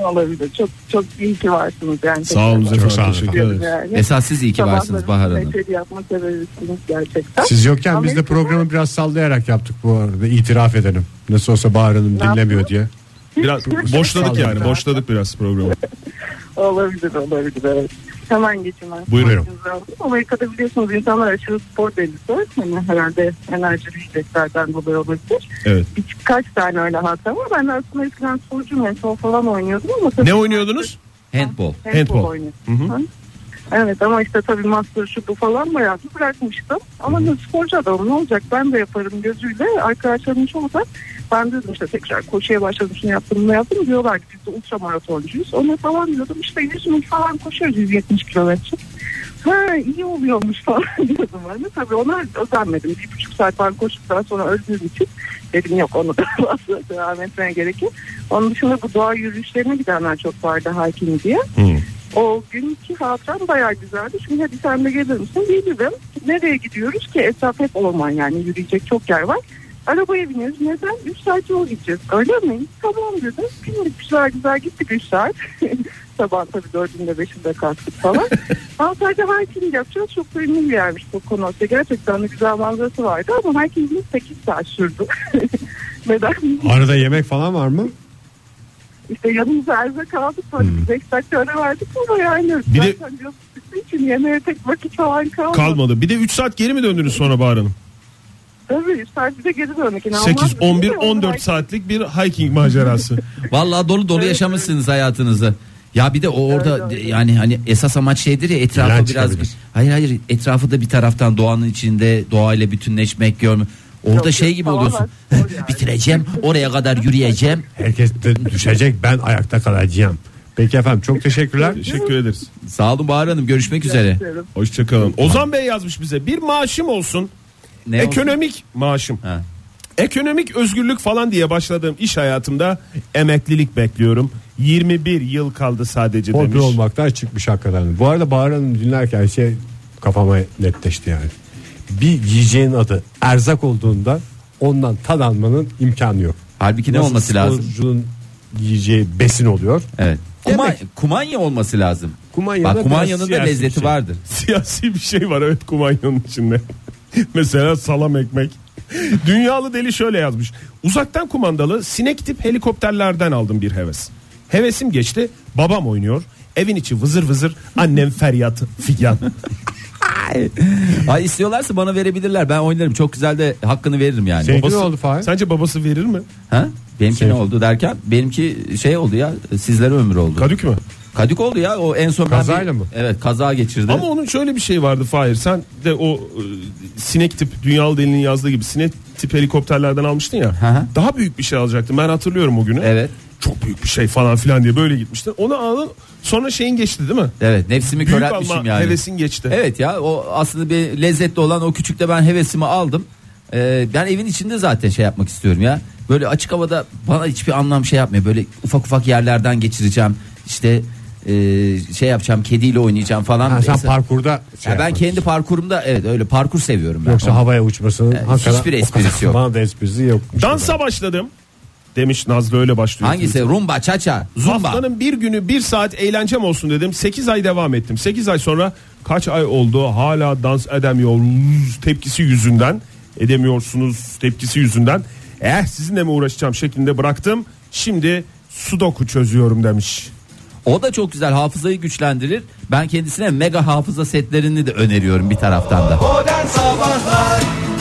Olabilir. Çok çok iyi ki varsınız yani. Sağ olun Çok sağ olun. teşekkür ederiz. Yani. Esas siz iyi ki varsınız Bahar Hanım. Neşeli yapma sebebisiniz gerçekten. Siz yokken biz de Amerika'da- programı biraz sallayarak yaptık bu arada, itiraf edelim. Nasıl olsa Bahar Hanım dinlemiyor yaptınız? diye. Biraz boşladık yani boşladık biraz programı. Olabilir olabilir evet. Hemen geçeyim ben. Buyurun. Amerika'da biliyorsunuz insanlar aşırı spor delisi. Hani herhalde enerjili yiyeceklerden dolayı olabilir. Evet. Birkaç tane öyle hatta var. Ben de aslında eskiden sporcuyum. Handball falan oynuyordum ama tabii Ne oynuyordunuz? Handball. handball, Handball. oynuyordum. Hı hı. Hı. Evet ama işte tabii master şu bu falan bayağı bir bırakmıştım. Ama hı. sporcu adamım ne olacak ben de yaparım gözüyle. Arkadaşlarım çoğu da ben dedim işte tekrar koşuya başladım şunu yaptım bunu yaptım. Diyorlar ki biz de ultramaraቶncuyuz. Ona falan diyordum işte yüz mil falan koşuyoruz yüz yetmiş kilometre. Ha iyi oluyormuş falan diyordum ben de. Tabii ona özenmedim. Bir buçuk saat falan koştuktan sonra öldüğüm için dedim yok onu da fazla devam etmeye gerek yok. Onun dışında bu doğa yürüyüşlerine gidenler çok vardı hiking diye. Hı. O günkü hatıram bayağı güzeldi. Şimdi hadi sen de gelir misin? Gelirim. Nereye gidiyoruz ki? Etraf hep orman yani yürüyecek çok yer var. Arabaya biniyoruz. Neden? üç saat yol gideceğiz. Öyle mi? Tamam dedim. Bindik güzel güzel gittik üç saat. Sabah tabii dördünde beşinde kalktık falan. Ama sadece hiking yapacağız. Çok da ünlü bir yermiş bu Konosya. Gerçekten de güzel manzarası vardı ama hikingimiz sekiz saat sürdü. Neden? Arada yemek falan var mı? İşte yanımıza erzak aldık sonra hmm. beş dakika ara verdik ama yani Bir de- zaten yok için yemeğe tek vakit falan kalmadı. Kalmadı. Bir de üç saat geri mi döndünüz sonra Bahar Hanım? Tabii üç saat bir de geri dönmek. sekiz, on bir, on dört saatlik bir hiking macerası. Vallahi dolu dolu Evet, yaşamışsınız hayatınızı. Ya bir de o orada Evet, evet. yani hani esas amaç şeydir ya etrafı İğrenç biraz çıkabilir. hayır hayır etrafı da bir taraftan doğanın içinde doğayla bütünleşmek görme. Orada Yok, şey yok, gibi tamamen oluyorsun. spor yani. Bitireceğim oraya kadar yürüyeceğim. Herkes de düşecek, ben ayakta kalacağım. Peki efendim, çok teşekkürler. Teşekkür ederiz. Sağ olun Bahar Hanım, görüşmek üzere. Hoşçakalın. Ozan Bey yazmış bize. Bir maaşım olsun. Ne olsun? Ekonomik maaşım. Ha. Ekonomik özgürlük falan diye başladığım iş hayatımda emeklilik bekliyorum. yirmi bir yıl kaldı sadece Hobi demiş. olmaktan çıkmış hakikaten. Bu arada Bahar Hanım dinlerken şey kafama netleşti yani. Bir yiyeceğin adı erzak olduğunda ondan tad almanın imkanı yok. Halbuki ne Nasıl olması lazım? sporcunun yiyeceği besin oluyor. Evet. Kuma, Yemek. kumanya olması lazım. Kumanya'da Bak kumanyanın da biraz siyasi lezzeti bir şey. vardır. Siyasi bir şey var evet kumanyanın içinde. Mesela salam ekmek. Dünyalı deli şöyle yazmış. Uzaktan kumandalı sinek tip helikopterlerden aldım bir heves. Hevesim geçti. Babam oynuyor. Evin içi vızır vızır. Annem feryat figan. Ay istiyorlarsa bana verebilirler. Ben oynarım. Çok güzel de hakkını veririm yani. Seninki Babası- ne oldu Fahir? Sence babası verir mi? Ha? Benimki Şey- ne oldu derken benimki şey oldu ya, sizlere ömür oldu. Kadük mü? Kadük oldu ya, o en son ben Kazayla bir- mı? Evet, kaza geçirdi. Ama onun şöyle bir şey vardı Fahir. Sen de o e, sinek tip dünyalı delinin yazdığı gibi sinek tip helikopterlerden almıştın ya. Hı hı. Daha büyük bir şey alacaktın. Ben hatırlıyorum o günü. Evet. Çok büyük bir şey falan filan diye böyle gitmiştin. Onu aldın. Sonra şeyin geçti değil mi? Evet, nefsimi Büyük köreltmişim alma yani. hevesin geçti. Evet ya, o aslında bir lezzetli olan o küçükte ben hevesimi aldım. Ee, ben evin içinde zaten şey yapmak istiyorum ya. Böyle açık havada bana hiçbir anlam şey yapmıyor. Böyle ufak ufak yerlerden geçireceğim. İşte e, şey yapacağım, kediyle oynayacağım falan. Ha, sen Mesela- parkurda şey Ya ben yapmak kendi parkurumda evet öyle parkur seviyorum ben. Yoksa Onu- havaya uçmasının Evet, hakikaten hiçbir o esprisi kadar- yok. Bana da esprisi yok. Dansa başladım. Demiş Nazlı öyle başlıyor. Hangisi? Rumba, çaça, zumba. Haftanın bir günü bir saat eğlencem olsun dedim. sekiz ay devam ettim. sekiz ay sonra kaç ay oldu hala dans edemiyoruz tepkisi yüzünden. Edemiyorsunuz tepkisi yüzünden. Eh sizinle mi uğraşacağım şeklinde bıraktım. Şimdi sudoku çözüyorum demiş. O da çok güzel, hafızayı güçlendirir. Ben kendisine mega hafıza setlerini de öneriyorum bir taraftan da. Modern Sabahlar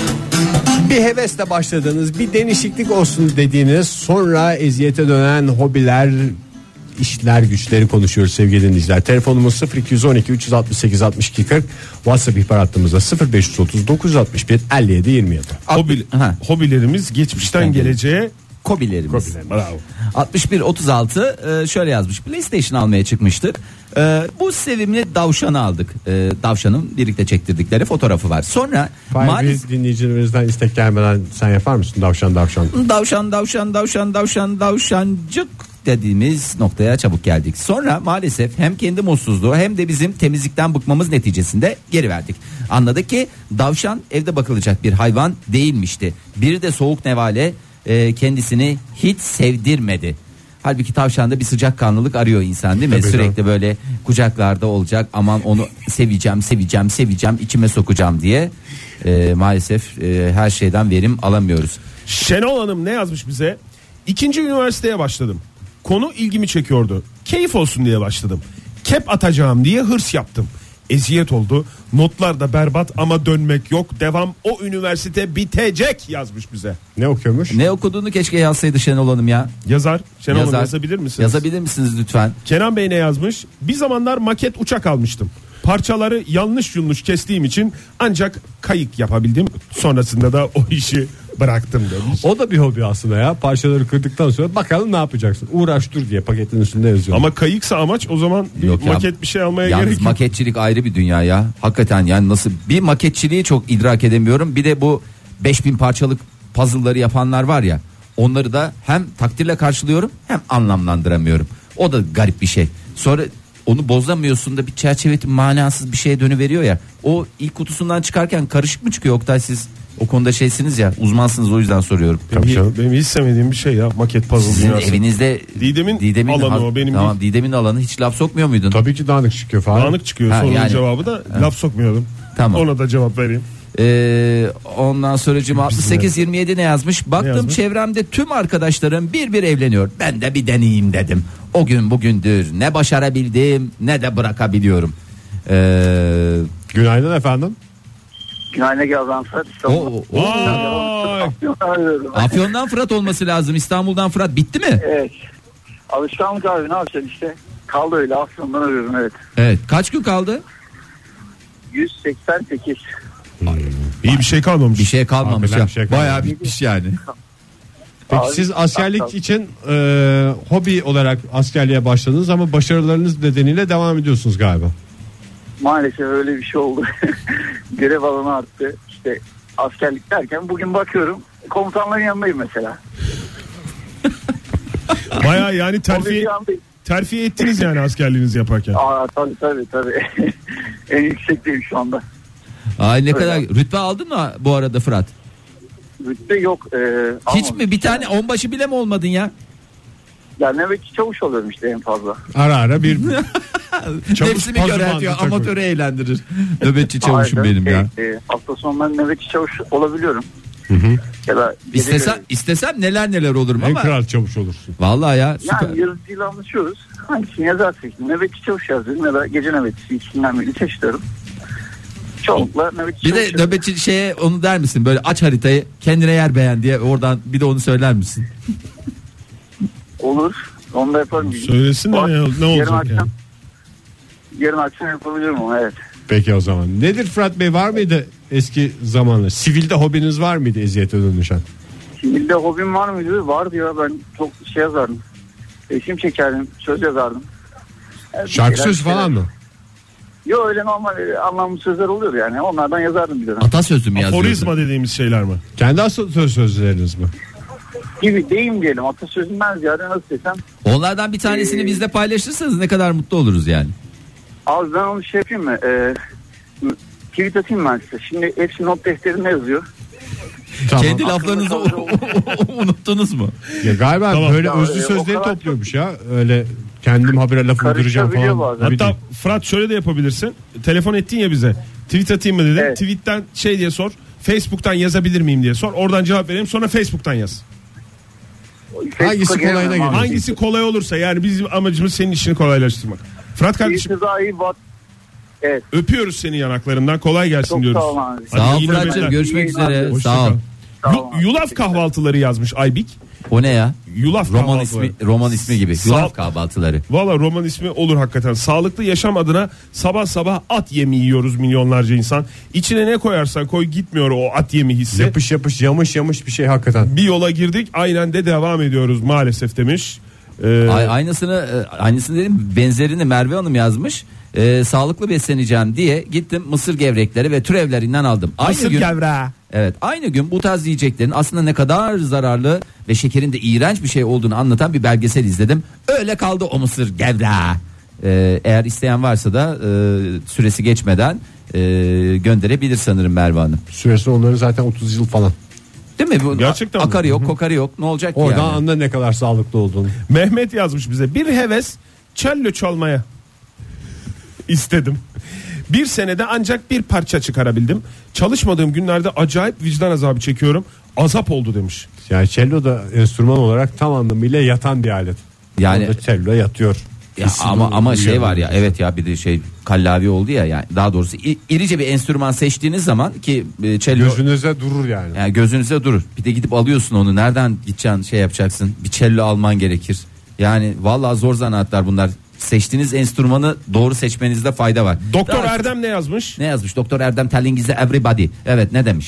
Bir hevesle başladığınız, bir değişiklik olsun dediğiniz, sonra eziyete dönen hobiler, işler, güçleri konuşuyoruz sevgili dinleyiciler. Telefonumuz sıfır iki on iki üç altı sekiz altmış iki kırk. WhatsApp ihbar hattımızda sıfır beş otuz dokuz altmış bir elli yedi yirmi yedi. Hobi, Ha. hobilerimiz geçmişten Geçmişten geleceğe. Kobilerimiz. Bravo. altmış bir otuz altı e, şöyle yazmış. PlayStation almaya çıkmıştık. E, bu sevimli davşanı aldık. E, davşanın birlikte çektirdikleri fotoğrafı var. Sonra Fahir, maalesef biz dinleyicilerimizden istek gelmeden sen yapar mısın davşan davşan? davşan davşan davşan davşan davşancık dediğimiz noktaya çabuk geldik. Sonra maalesef hem kendi mutsuzluğu hem de bizim temizlikten bıkmamız neticesinde geri verdik. Anladık ki davşan evde bakılacak bir hayvan değilmişti. Bir de soğuk nevale e, kendisini hiç sevdirmedi. Halbuki tavşanda bir sıcakkanlılık arıyor insan değil mi? Tabii Sürekli canım. böyle kucaklarda olacak, aman onu seveceğim seveceğim seveceğim içime sokacağım diye e, maalesef e, her şeyden verim alamıyoruz. Şenol Hanım ne yazmış bize? İkinci üniversiteye başladım. Konu ilgimi çekiyordu. Keyif olsun diye başladım. Kep atacağım diye hırs yaptım. Eziyet oldu. Notlar da berbat ama dönmek yok. Devam, o üniversite bitecek yazmış bize. Ne okuyormuş? Ne okuduğunu keşke yazsaydı Şenol Hanım ya. Yazar. Şenol Hanım Yazar. yazabilir misiniz? Yazabilir misiniz lütfen? Kenan Bey ne yazmış? Bir zamanlar maket uçak almıştım. Parçaları yanlış yunluş kestiğim için ancak kayık yapabildim. Sonrasında da o işi bıraktım demiş. O da bir hobi aslında ya. Parçaları kırdıktan sonra bakalım ne yapacaksın. Uğraş dur diye paketin üstünde yazıyor. Ama kayıksa amaç, o zaman bir Yok ya. maket bir şey almaya Yalnız gerek yok. maketçilik ayrı bir dünya ya. Hakikaten yani nasıl bir maketçiliği çok idrak edemiyorum. Bir de bu beş bin parçalık puzzle'ları yapanlar var ya. Onları da hem takdirle karşılıyorum hem anlamlandıramıyorum. O da garip bir şey. Sonra onu bozamıyorsun da bir çerçeveti manasız bir şeye dönüveriyor ya. O ilk kutusundan çıkarken karışık mı çıkıyor Oktay, siz o konuda şeysiniz ya, uzmansınız, o yüzden soruyorum. Benim, benim hiç sevmediğim bir şey ya maket puzzle Sizin dünyası. evinizde Didem'in alanı o, benim Tamam, değil. Didem'in alanı, hiç laf sokmuyor muydun? Tabii ki dağınık çıkıyor falan. Dağınık çıkıyor Ha, sorunun yani- cevabı da laf sokmuyordum. Tamam. Ona da cevap vereyim. Ee, ondan sonracığım altmış sekiz yirmi yedi ne yazmış? Baktım yazmış? çevremde tüm arkadaşlarım bir bir evleniyor. Ben de bir deneyeyim dedim. O gün bugündür ne başarabildim ne de bırakabiliyorum. Ee, Günaydın efendim. Günaydın Gaziantep. o, o, Vay! Afyon'dan Fırat olması lazım. İstanbul'dan Fırat bitti mi? Evet. Alışkanlık abi, ne yapacaksın işte. Kaldı öyle, Afyon'dan arıyorum, evet. Evet. Kaç gün kaldı? yüz seksen sekiz. İyi bir şey kalmamış. Bir şey kalmamış Hakikaten ya. bir şey kalmamış. Bayağı bitmiş yani. Peki Abi, siz askerlik bakalım. için e, hobi olarak askerliğe başladınız ama başarılarınız nedeniyle devam ediyorsunuz galiba. Maalesef öyle bir şey oldu. Görev alanı arttı. İşte askerlik derken bugün bakıyorum komutanların yanındayım mesela. Baya yani Terfi... terfi, terfi ettiniz yani askerliğinizi yaparken. Aa, tabii tabii tabii. En yüksekteyim şu anda. Ay ne Öyle. kadar rütbe aldın mı bu arada Fırat? Rütbe yok. E, Hiç almadım. mi bir tane onbaşı bile mi olmadın ya? Ya nöbetçi çavuş oluyorum işte en fazla. Ara ara bir çavuş Nefsimi puzzle köreltiyor, bandı takıyor. amatörü eğlendirir. Nöbetçi çavuşum Aynen. benim ya. E, e, hafta sonu ben nöbetçi çavuş olabiliyorum. Ya da gece İstesem, görevi. istesem neler neler olurum En ama kral çavuş olursun. vallahi ya süper. Yani yazıcıyla anlaşıyoruz. Hangisini yazarsak nöbetçi çavuş yazıyorum ya da gece nöbetçisi, ikisinden birini seçiyorum. Çoğunlukla nöbetçi Bir çavuş de yazıyorum. nöbetçi şeye onu der misin? Böyle aç haritayı, kendine yer beğen diye oradan bir de onu söyler misin? Olur. Onu da yaparım. Söylesin de Bak, ne, ne yarın olacak akşam, yani. Yarın akşam yapabilirim onu, evet. Peki o zaman. Nedir Fırat Bey, var mıydı eski zamanlar? Sivilde hobiniz var mıydı eziyete dönüşen? Sivilde hobim var mıydı? Vardı ya, ben çok şey yazardım. Resim çekerdim, söz yazardım. Yani bir Şarkı şeyler, söz bir şeyler. falan mı? Yok, öyle normal e, anlamlı sözler oluyor yani. Onlardan yazardım bir dönem. Atasözü mü yazıyorsun? Aforizma dediğimiz şeyler mi? Kendi asıl söz sözleriniz mi? Gibi deyim diyelim, atasözünden ziyade nasıl desem. Onlardan bir tanesini Ee, bizle paylaşırsanız ne kadar mutlu oluruz yani. Abi ben onu şey yapayım mı? Ee, tweet atayım ben size. Şimdi hepsi not defterinde yazıyor. Tamam. Kendi laflarınızı kaldı. unuttunuz mu? Ya galiba Tamam. böyle Ya, özlü e, o sözleri kadar topluyormuş ya. Öyle kendim habire laf uyduracağım Karışabiliyor falan. bazen. Bir Hatta de- Fırat şöyle de yapabilirsin. Telefon ettin ya bize. Tweet atayım mı dedin. Evet. Tweetten şey diye sor. Facebook'tan yazabilir miyim diye sor. Oradan cevap vereyim. Sonra Facebook'tan yaz. Facebook'a Hangisi giremem kolayına abi. geliyor? Hangisi kolay olursa, yani bizim amacımız senin işini kolaylaştırmak. Fırat kardeşim, Birisi daha iyi what? Evet. öpüyoruz seni yanaklarından. Kolay gelsin Çok diyoruz. sağ ol abi. Hadi Sağ ol iyi Fırat'cığım, nöbetler. görüşmek İyi üzere. abi. Sağ ol. Hoşça kal. Sağ ol Yu- abi. Yulaf kahvaltıları yazmış Aybik. O ne ya? Yulaf Roman kahvaltıları. ismi, roman ismi gibi. Sağ- Yulaf kahvaltıları. Valla roman ismi olur hakikaten. Sağlıklı yaşam adına sabah sabah at yemi yiyoruz milyonlarca insan. İçine ne koyarsan koy gitmiyor o at yemi hissi. Yapış yapış yamış yamış bir şey hakikaten. Bir yola girdik, aynen de devam ediyoruz maalesef demiş. Ee, Ay, aynısını e, aynısını dedim, benzerini Merve Hanım yazmış. Ee, sağlıklı besleneceğim diye gittim mısır gevrekleri ve türevlerinden aldım. Aynı Mısır gün, gevreği. evet, aynı gün bu tarz yiyeceklerin aslında ne kadar zararlı ve şekerin de iğrenç bir şey olduğunu anlatan bir belgesel izledim. Öyle kaldı o mısır gevreği. Ee, eğer isteyen varsa da e, süresi geçmeden e, gönderebilir sanırım Merve Hanım. Süresi onların zaten otuz yıl falan. Değil mi? Bu Gerçekten a- akarı mi? yok, kokarı yok. Ne olacak ki Oradan yani? anla ne kadar sağlıklı olduğunu. Mehmet yazmış bize. Bir heves cello çalmaya istedim. Bir senede ancak bir parça çıkarabildim. Çalışmadığım günlerde acayip vicdan azabı çekiyorum. Azap oldu demiş. Yani cello da enstrüman olarak tam anlamıyla yatan bir alet. Yani- Orada cello yatıyor. Ya Hissi ama bu- ama bu şey yanı. var ya, evet ya, bir de şey kallavi oldu ya, yani daha doğrusu i- irice bir enstrüman seçtiğiniz zaman ki e, cello Gözünüze durur yani. yani gözünüze durur. Bir de gidip alıyorsun onu, nereden gideceksin, şey yapacaksın, bir cello alman gerekir. Yani vallahi zor zanaatlar bunlar. Seçtiğiniz enstrümanı doğru seçmenizde fayda var. Doktor Daha- Erdem ne yazmış? Ne yazmış? Doktor Erdem telling is everybody. Evet, ne demiş?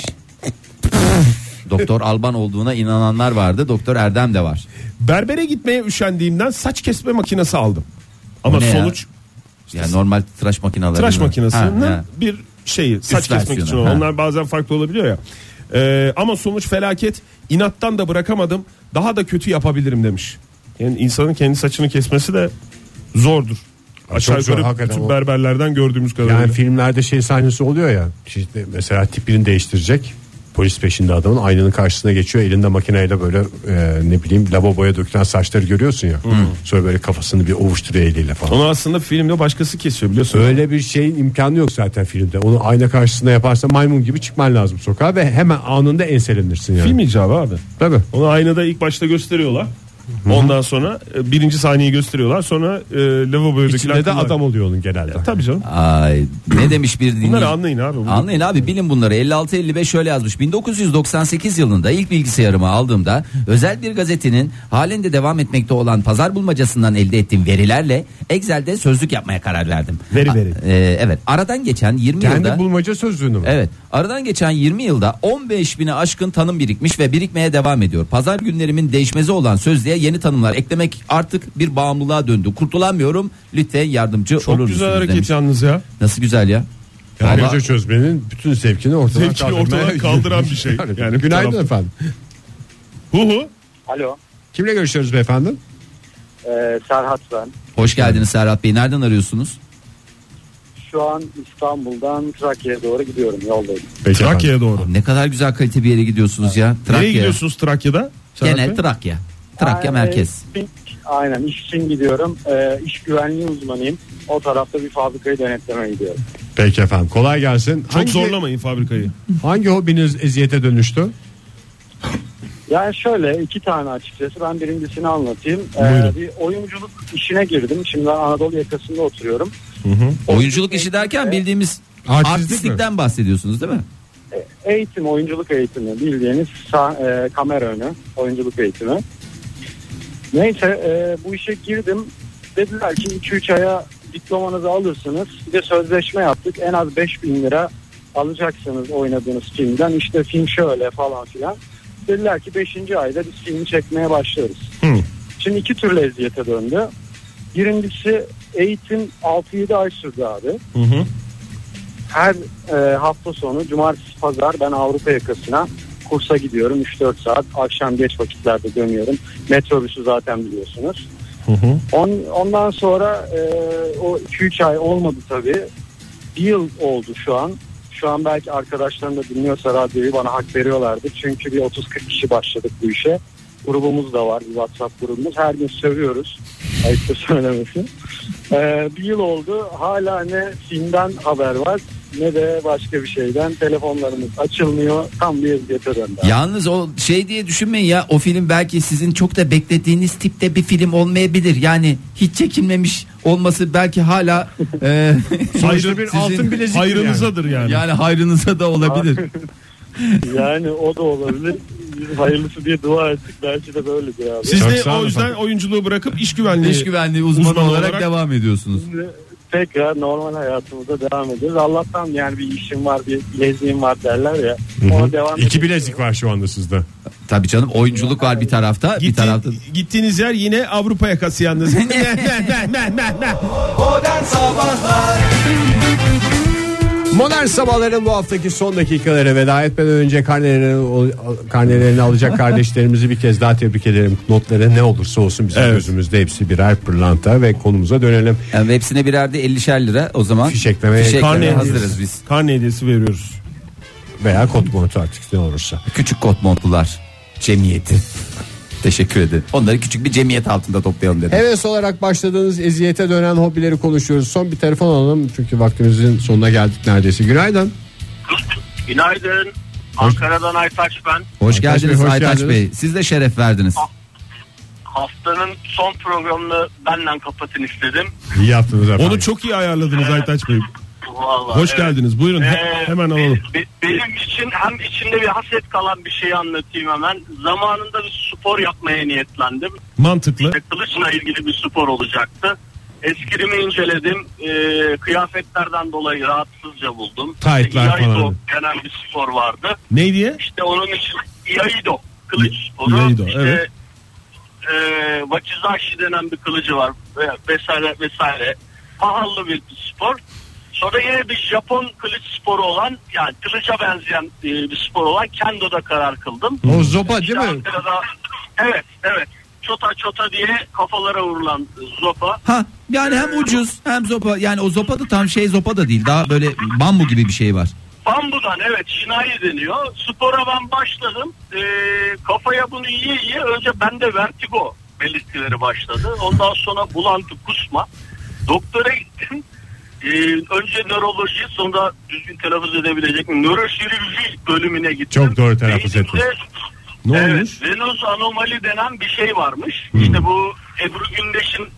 Doktor Alban olduğuna inananlar vardı. Doktor Erdem de var. Berbere gitmeye üşendiğimden saç kesme makinesi aldım. Ama O ne ya? sonuç Yani normal tıraş makineleri. tıraş mi? makinesinin Ha, ha. bir şeyi, saç Üst kesmek versiyonu, için. ha. Onlar bazen farklı olabiliyor ya. Ee, ama sonuç felaket. İnattan da bırakamadım. Daha da kötü yapabilirim demiş. Yani insanın kendi saçını kesmesi de zordur. Aşağı çok zor, yukarı hakikaten bütün o. berberlerden gördüğümüz kadarıyla. Yani filmlerde şey sahnesi oluyor ya. İşte mesela tipini değiştirecek. Polis peşinde adamın, aynanın karşısına geçiyor. Elinde makineyle böyle e, ne bileyim lavaboya dökülen saçları görüyorsun ya. Sonra böyle kafasını bir ovuşturuyor eliyle falan. Onu aslında filmde başkası kesiyor, biliyorsun. Öyle bir şeyin imkanı yok zaten filmde. Onu ayna karşısında yaparsa maymun gibi çıkman lazım sokağa ve hemen anında enselenirsin yani. Film icabı abi. Tabii. Onu aynada ilk başta gösteriyorlar. Ondan sonra e, birinci sahneyi gösteriyorlar. Sonra e, lavaboya İçinde dökülen de kıllar. adam oluyor onun genelde. Tabii canım. Ay, ne demiş bir dinleyici? Bunları anlayın abi. Bunu- Anlayın abi, bilin bunları. elli altı elli beş şöyle yazmış. bin dokuz yüz doksan sekiz yılında ilk bilgisayarımı aldığımda özel bir gazetenin halinde devam etmekte olan pazar bulmacasından elde ettiğim verilerle Excel'de sözlük yapmaya karar verdim. Veri veri. A- e, evet. Aradan geçen yirmi Kendi yılda bulmaca sözlüğünü mü? Evet. Aradan geçen yirmi yılda on beş bine aşkın tanım birikmiş ve birikmeye devam ediyor. Pazar günlerimin değişmezi olan sözlüğe yeni tanımlar eklemek artık bir bağımlılığa döndü. Kurtulamıyorum. Lütfen yardımcı olur Çok musunuz güzel hareket demiş. yalnız ya. Nasıl güzel ya. Yani Vallahi- hoca çözmenin bütün zevkini ortadan, Zevkini kaldırmaya- ortadan kaldıran bir şey. Yani Yani bir günaydın taraf- efendim. Hu hu. Alo. Kimle görüşüyoruz beyefendi? Ee, Serhat ben. Hoş geldiniz Serhat Bey. Nereden arıyorsunuz? Şu an İstanbul'dan Trakya'ya doğru gidiyorum, yoldayım. Peki Trakya'ya doğru. Ne kadar güzel kalite bir yere gidiyorsunuz ya. Trakya. Nereye gidiyorsunuz Trakya'da? Serhat Genel Bey? Trakya. Trakya Yani, merkez. Aynen, iş için gidiyorum. Ee, iş güvenliği uzmanıyım. O tarafta bir fabrikayı denetlemeye gidiyorum. Peki efendim, kolay gelsin. Çok hangi, zorlamayın fabrikayı. Hangi hobiniz eziyete dönüştü? Yani şöyle iki tane açıkçası, ben birincisini anlatayım. Ee, Buyurun. bir oyunculuk işine girdim. Şimdi ben Anadolu yakasında oturuyorum. Oyunculuk işi derken bildiğimiz Artistlik artistlikten bahsediyorsunuz değil mi? Eğitim, oyunculuk eğitimi, bildiğiniz sah- e, kamera önü oyunculuk eğitimi. Neyse e, bu işe girdim. Dediler ki iki üç aya diplomanızı alırsınız. Bir de sözleşme yaptık. En az beş bin lira alacaksınız oynadığınız filmden. İşte film şöyle falan filan. Dediler ki beşinci ayda biz filmi çekmeye başlarız. Hı. Şimdi iki türlü eziyete döndü. Birincisi, eğitim altı yedi ay sürdü abi. Hı hı. Her e, hafta sonu cumartesi pazar ben Avrupa yakasına kursa gidiyorum, üç dört saat, akşam geç vakitlerde dönüyorum. Metrobüsü zaten biliyorsunuz. Hı hı. On, ondan sonra e, o iki üç ay olmadı tabii. Bir yıl oldu şu an. Şu an belki arkadaşlarım da dinliyorsa radyoyu bana hak veriyorlardır. Çünkü bir otuz kırk kişi başladık bu işe. Grubumuz da var, bir WhatsApp grubumuz. Her gün sövüyoruz. Ayıptır söylemesi. Ee, bir yıl oldu. Hala ne filmden haber var ne de başka bir şeyden. Telefonlarımız açılmıyor. Tam bir eziyete döndü. Yalnız o şey diye düşünmeyin ya, o film belki sizin çok da beklediğiniz tipte bir film olmayabilir. Yani hiç çekilmemiş olması belki hala e, Sonuçta bir sizin altın bilezik Hayrınızadır yani. yani hayrınıza da olabilir. Yani o da olabilir. Biz hayırlısı diye dua ettik. Belki de böyledir abi. Siz Çok de sağ olun o yüzden efendim. oyunculuğu bırakıp iş güvenliği, İş güvenliği uzmanı, uzmanı olarak, olarak devam ediyorsunuz. Şimdi tekrar normal hayatımıza devam ediyoruz. Allah'tan yani bir işim var, bir bileziğim var derler ya. Ona devam İki ediyoruz. bilezik var şu anda sizde. Tabii canım, oyunculuk var bir tarafta, bir Gitti- tarafta. gittiğiniz yer yine Avrupa yakası yalnız. Modern Sabahlar Modern Sabahların bu haftaki son dakikalara veda etmeden önce karnelerini, karnelerini alacak kardeşlerimizi bir kez daha tebrik ederim. Notları ne olursa olsun bizim Evet. gözümüzde hepsi birer pırlanta ve konumuza dönelim. Yani hepsine birer de ellişer lira o zaman. Fişeklemeye- Fişeklemeye Karne hazırız hediyesi. biz. Karne hediyesi veriyoruz. Veya kot montu artık ne olursa. Küçük kot montlular cemiyeti. Teşekkür ederim. Onları küçük bir cemiyet altında toplayalım dedim. Heves olarak başladığınız eziyete dönen hobileri konuşuyoruz. Son bir telefon alalım çünkü vaktimizin sonuna geldik neredeyse. Günaydın. Günaydın. Ankara'dan Aytaç ben. Hoş Aytaç geldiniz Bey, hoş Aytaç geldiniz. Bey. Siz de şeref verdiniz. Haftanın son programını benden kapatın istedim. İyi yaptınız efendim. Onu çok iyi ayarladınız Aytaç Bey. Vallahi, Hoş evet. geldiniz. Buyurun he- Ee, hemen alalım. be- benim için hem içinde bir haset kalan bir şey anlatayım hemen. Zamanında bir spor yapmaya niyetlendim. Mantıklı. İşte kılıçla ilgili bir spor olacaktı. Eskirimi inceledim. Ee, kıyafetlerden dolayı rahatsızca buldum. Taytlar İşte Iaido falan. denen bir spor vardı. Ne diye? İşte onun için Iaido kılıç sporu. Iaido, işte, evet. E, Wakizashi denen bir kılıcı var vesaire vesaire. Pahalı bir spor. Sonra yine bir Japon kılıç sporu olan, yani kılıca benzeyen e, bir spor olan Kendo'da karar kıldım. O zopa değil İşte mi? Ankara'da, evet evet. Çota çota diye kafalara vurulan zopa. Ha yani hem ucuz hem zopa, yani o zopa da tam şey zopa da değil, daha böyle bambu gibi bir şey var. Bambudan, evet, şinai deniyor. Spora ben başladım. Ee, kafaya bunu yiye yiye önce bende vertigo belirtileri başladı. Ondan sonra bulantı, kusma. Doktora gittim. Ee, önce nöroloji, sonra düzgün telaffuz edebilecek mi? Nöroşirurji bölümüne gittim. Çok doğru telaffuz Beynimde, ettiniz. Ne evet, olmuş? venöz anomali denen bir şey varmış. Hmm. İşte bu Ebru Gündeş'in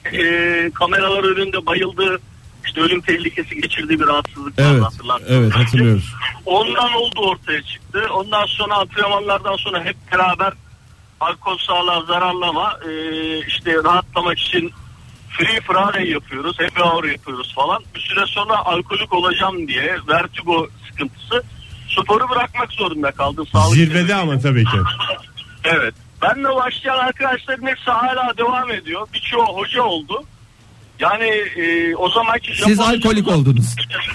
e, kameralar önünde bayıldığı, işte ölüm tehlikesi geçirdiği bir rahatsızlık vardı, Evet. hatırlarsınız. Evet, hatırlıyoruz. Ondan oldu ortaya çıktı. Ondan sonra antrenmanlardan sonra hep beraber alkol sağlığa zararlama, e, işte rahatlamak için free Friday yapıyoruz, happy hour yapıyoruz falan. Bir süre sonra alkolik olacağım diye vertigo sıkıntısı, sporu bırakmak zorunda kaldım. Sağlık Zirvede sebebiyle. ama tabii ki. Evet. Benle başlayan arkadaşlarım hepsi hala devam ediyor. Birçoğu hoca oldu. Yani e, o zamanki Siz Japon- alkolik oldunuz.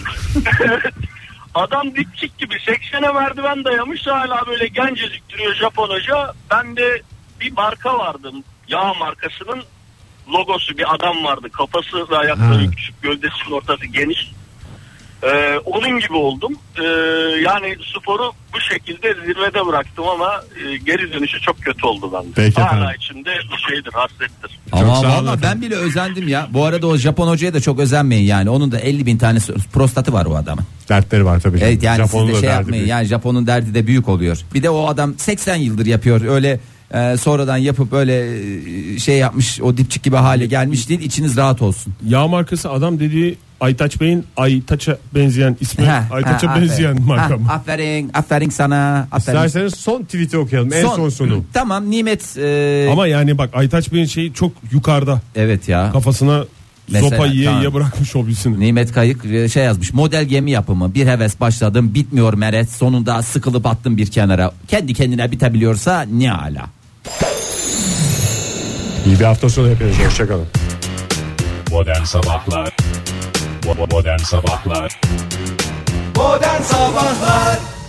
Evet. Adam dipçik gibi seksene merdiven dayamış, hala böyle gencecik duruyor Japon hoca. Ben de bir marka vardı, yağ markasının logosu, bir adam vardı, kafası ve ayakları Ha. küçük, gövdesinin ortası geniş. Ee, onun gibi oldum. Ee, yani sporu bu şekilde zirvede bıraktım ama e, geri dönüşü çok kötü oldu bende. Peki Hala efendim. içimde bir şeydir, hasrettir. Ama sağ olun valla efendim. ben bile özendim ya. Bu arada o Japon hocaya da çok özenmeyin yani. Onun da elli bin tane prostatı var o adamın. Dertleri var tabii. Evet yani Japon'un siz de da şey derdi yapmayın büyük. yani, Japon'un derdi de büyük oluyor. Bir de o adam seksen yıldır yapıyor öyle, e, sonradan yapıp öyle e, şey yapmış, o dipçik gibi hale gelmiş değil, içiniz rahat olsun. Yağ markası adam dediği Aytaç Bey'in Aytaç'a benzeyen ismi. Ha, Aytaç'a ha, benzeyen aferin. marka Ha, mı? aferin aferin sana aferin. İsterseniz son tweet'i okuyalım. En son, sonu. Tamam Nimet, e, Ama yani bak Aytaç Bey'in şeyi çok yukarıda. evet ya. Kafasına Mesela, sopa yiye tamam. yiye bırakmış hobisini. Nimet Kayık e, şey yazmış, model gemi yapımı, bir heves başladım, bitmiyor meret, sonunda sıkılıp attım bir kenara, kendi kendine bitebiliyorsa ne ala. İyi bir hafta sonu hepinize. Hoşçakalın. Modern Sabahlar Bo- Modern Sabahlar Modern Sabahlar